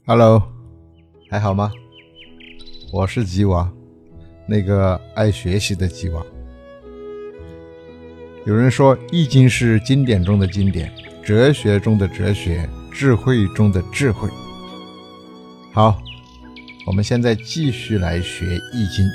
Hello， 还好吗？我是吉娃，那个爱学习的吉娃。有人说易经是经典中的经典，哲学中的哲学，智慧中的智慧。好，我们现在继续来学易经。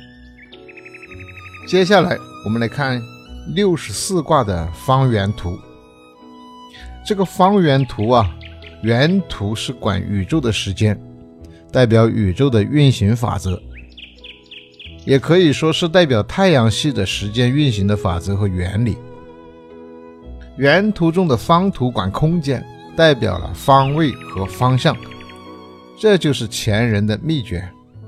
接下来我们来看64卦的方圆图。这个方圆图原图是管宇宙的时间，代表宇宙的运行法则，也可以说是代表太阳系的时间运行的法则和原理。原图中的方图管空间，代表了方位和方向，这就是前人的秘诀。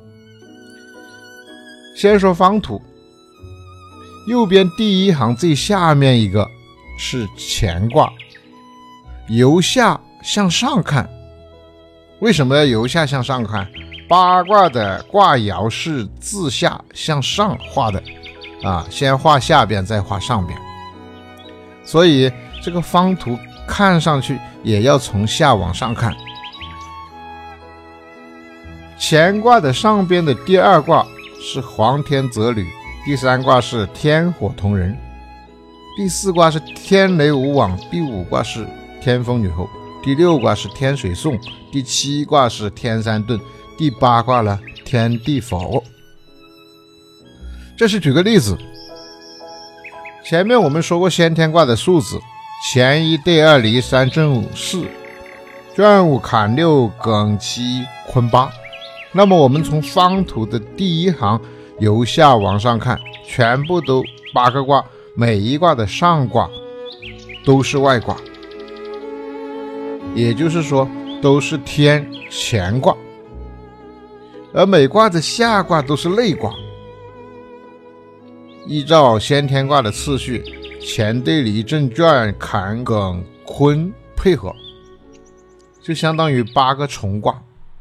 先说方图，右边第一行最下面一个是乾卦，由下向上看。为什么要由下向上看？八卦的卦爻是自下向上画的先画下边再画上边，所以这个方图看上去也要从下往上看。乾卦的上边的第二卦是黄天泽履，第三卦是天火同人，第四卦是天雷无往，第五卦是天风女后，第六卦是天水讼，第七卦是天山遁，第八卦呢天地否。这是举个例子。前面我们说过先天卦的数字，乾一兑二离三震五四，卷五坎六艮七坤八。那么我们从方图的第一行由下往上看，全部都八个卦，每一卦的上卦都是外卦，也就是说都是天乾卦，而每卦的下卦都是内卦。依照先天卦的次序，乾兑离震卷坎艮坤配合，就相当于8个重卦。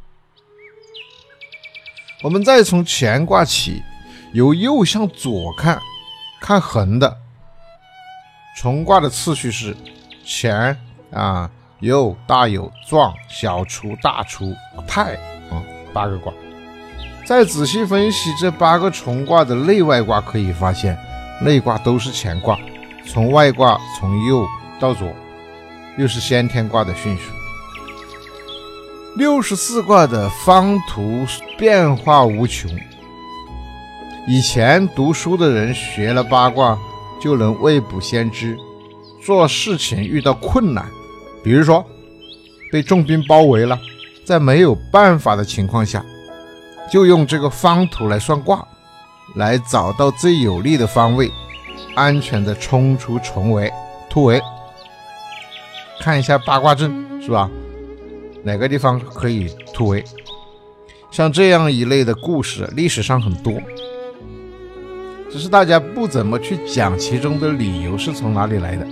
我们再从乾卦起，由右向左看，看横的重卦的次序是乾酉大酉壮小除大除太8个卦。再仔细分析这8个重卦的内外卦，可以发现内卦都是乾卦，从外卦从右到左又是先天卦的顺序。64卦的方图变化无穷，以前读书的人学了八卦就能未卜先知，做事情遇到困难，比如说被重兵包围了，在没有办法的情况下，就用这个方图来算卦，来找到最有利的方位，安全的冲出突围。看一下八卦阵，是吧？哪个地方可以突围？像这样一类的故事历史上很多，只是大家不怎么去讲其中的理由是从哪里来的。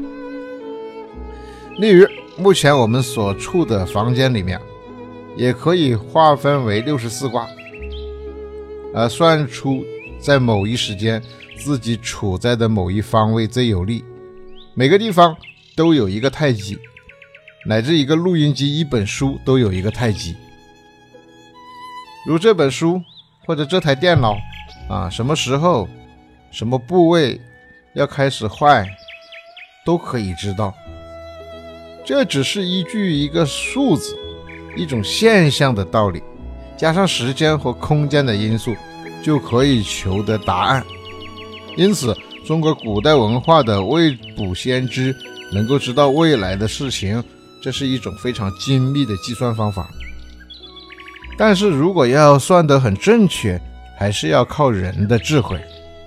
例如目前我们所处的房间里面也可以划分为64卦，算出在某一时间自己处在的某一方位最有利。每个地方都有一个太极，乃至一个录音机一本书都有一个太极。如这本书或者这台电脑什么时候什么部位要开始坏都可以知道。这只是依据一个数字，一种现象的道理，加上时间和空间的因素，就可以求得答案。因此中国古代文化的未卜先知，能够知道未来的事情，这是一种非常精密的计算方法。但是如果要算得很正确，还是要靠人的智慧。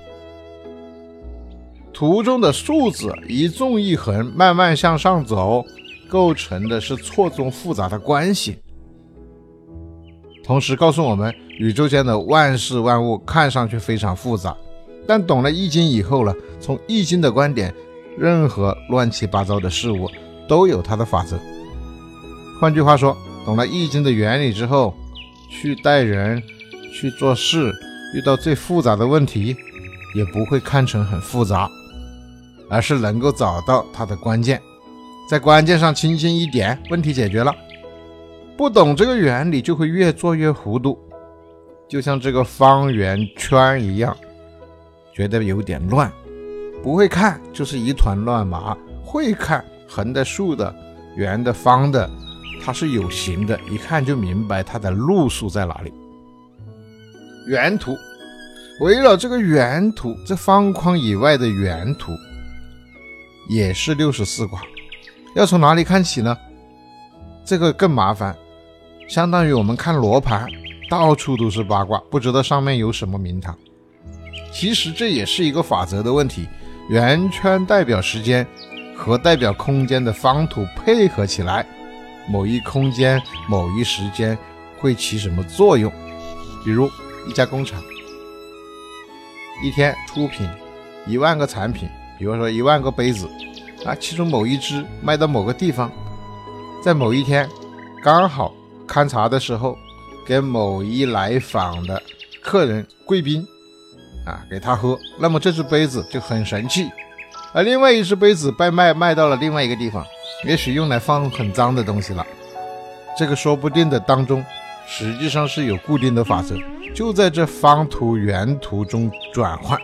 图中的数字一纵一横慢慢向上走，构成的是错综复杂的关系，同时告诉我们宇宙间的万事万物看上去非常复杂，但懂了易经以后呢，从易经的观点，任何乱七八糟的事物都有它的法则。换句话说，懂了易经的原理之后，去待人去做事，遇到最复杂的问题也不会看成很复杂，而是能够找到它的关键，在关键上轻轻一点，问题解决了。 不懂这个原理就会越做越糊涂，就像这个方圆圈一样，觉得有点乱，不会看就是一团乱麻，会看横的、竖的、圆的、方的，它是有形的，一看就明白它的路数在哪里。原图，围绕这个原图，这方框以外的原图也是64卦，要从哪里看起呢？这个更麻烦，相当于我们看罗盘，到处都是八卦，不知道上面有什么名堂。其实这也是一个法则的问题，圆圈代表时间和代表空间的方图配合起来，某一空间某一时间会起什么作用。比如一家工厂一天出品1万个产品，比如说1万个杯子其中某一只卖到某个地方，在某一天刚好勘察的时候给某一来访的客人贵宾给他喝，那么这只杯子就很神气。而另外一只杯子被卖到了另外一个地方，也许用来放很脏的东西了。这个说不定的当中实际上是有固定的法则，就在这方图圆图中转换。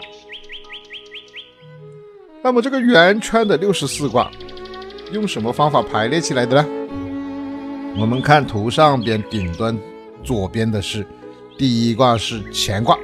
那么这个圆圈的64卦用什么方法排列起来的呢？我们看图上边顶端左边的是第一卦是乾卦，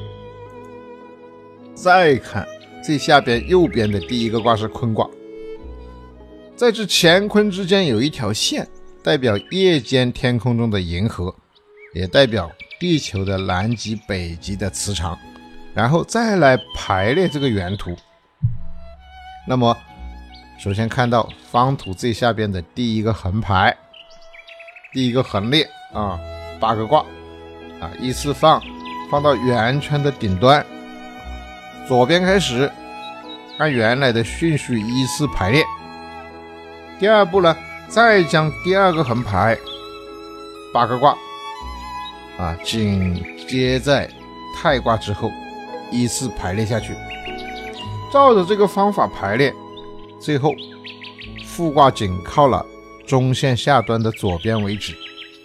再看最下边右边的第一个卦是坤卦，在这乾坤之间有一条线，代表夜间天空中的银河，也代表地球的南极北极的磁场，然后再来排列这个圆图。那么首先看到方图最下边的第一个横排，第一个横列8个卦依次放到圆圈的顶端，左边开始按原来的顺序依次排列。第二步呢，再将第二个横排8个卦紧接在太卦之后依次排列下去。照着这个方法排列，最后复卦紧靠了中线下端的左边为止。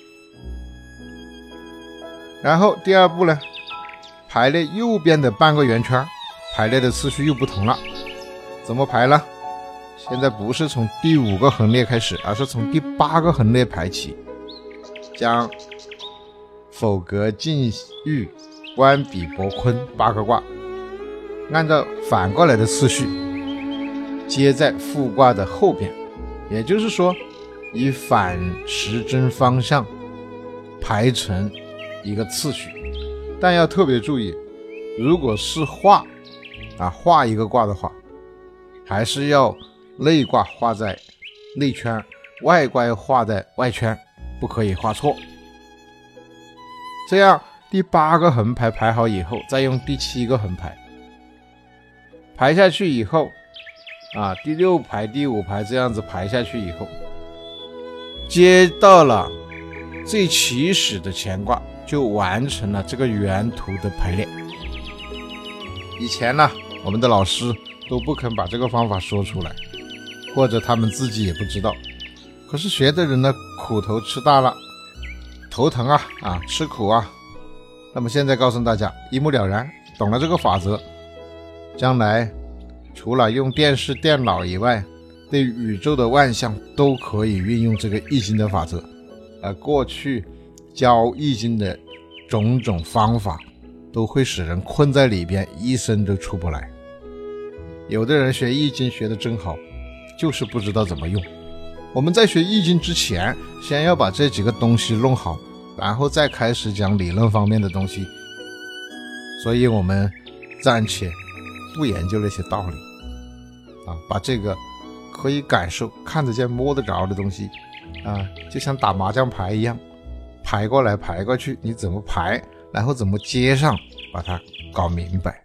然后第二步呢，排列右边的半个圆圈，排列的次序又不同了。怎么排呢？现在不是从第5个横列开始，而是从第8个横列排起，将否革进玉官比伯坤8个卦按照反过来的次序接在复卦的后边，也就是说以反时针方向排成一个次序。但要特别注意，如果是画一个卦的话，还是要内卦画在内圈，外卦要画在外圈，不可以画错。这样第8个横排排好以后，再用第7个横排排下去以后第6排第5排这样子排下去以后，接到了最起始的乾卦，就完成了这个原图的排列。以前呢，我们的老师都不肯把这个方法说出来，或者他们自己也不知道。可是学的人呢，苦头吃大了，头疼吃苦那么现在告诉大家一目了然，懂了这个法则，将来除了用电视电脑以外，对宇宙的万象都可以运用这个易经的法则。过去教易经的种种方法都会使人困在里边，一生都出不来。有的人学易经学得真好，就是不知道怎么用。我们在学易经之前，先要把这几个东西弄好，然后再开始讲理论方面的东西。所以我们暂且不研究那些道理把这个可以感受、看得见、摸得着的东西就像打麻将牌一样，排过来排过去，你怎么排，然后怎么接上，把它搞明白。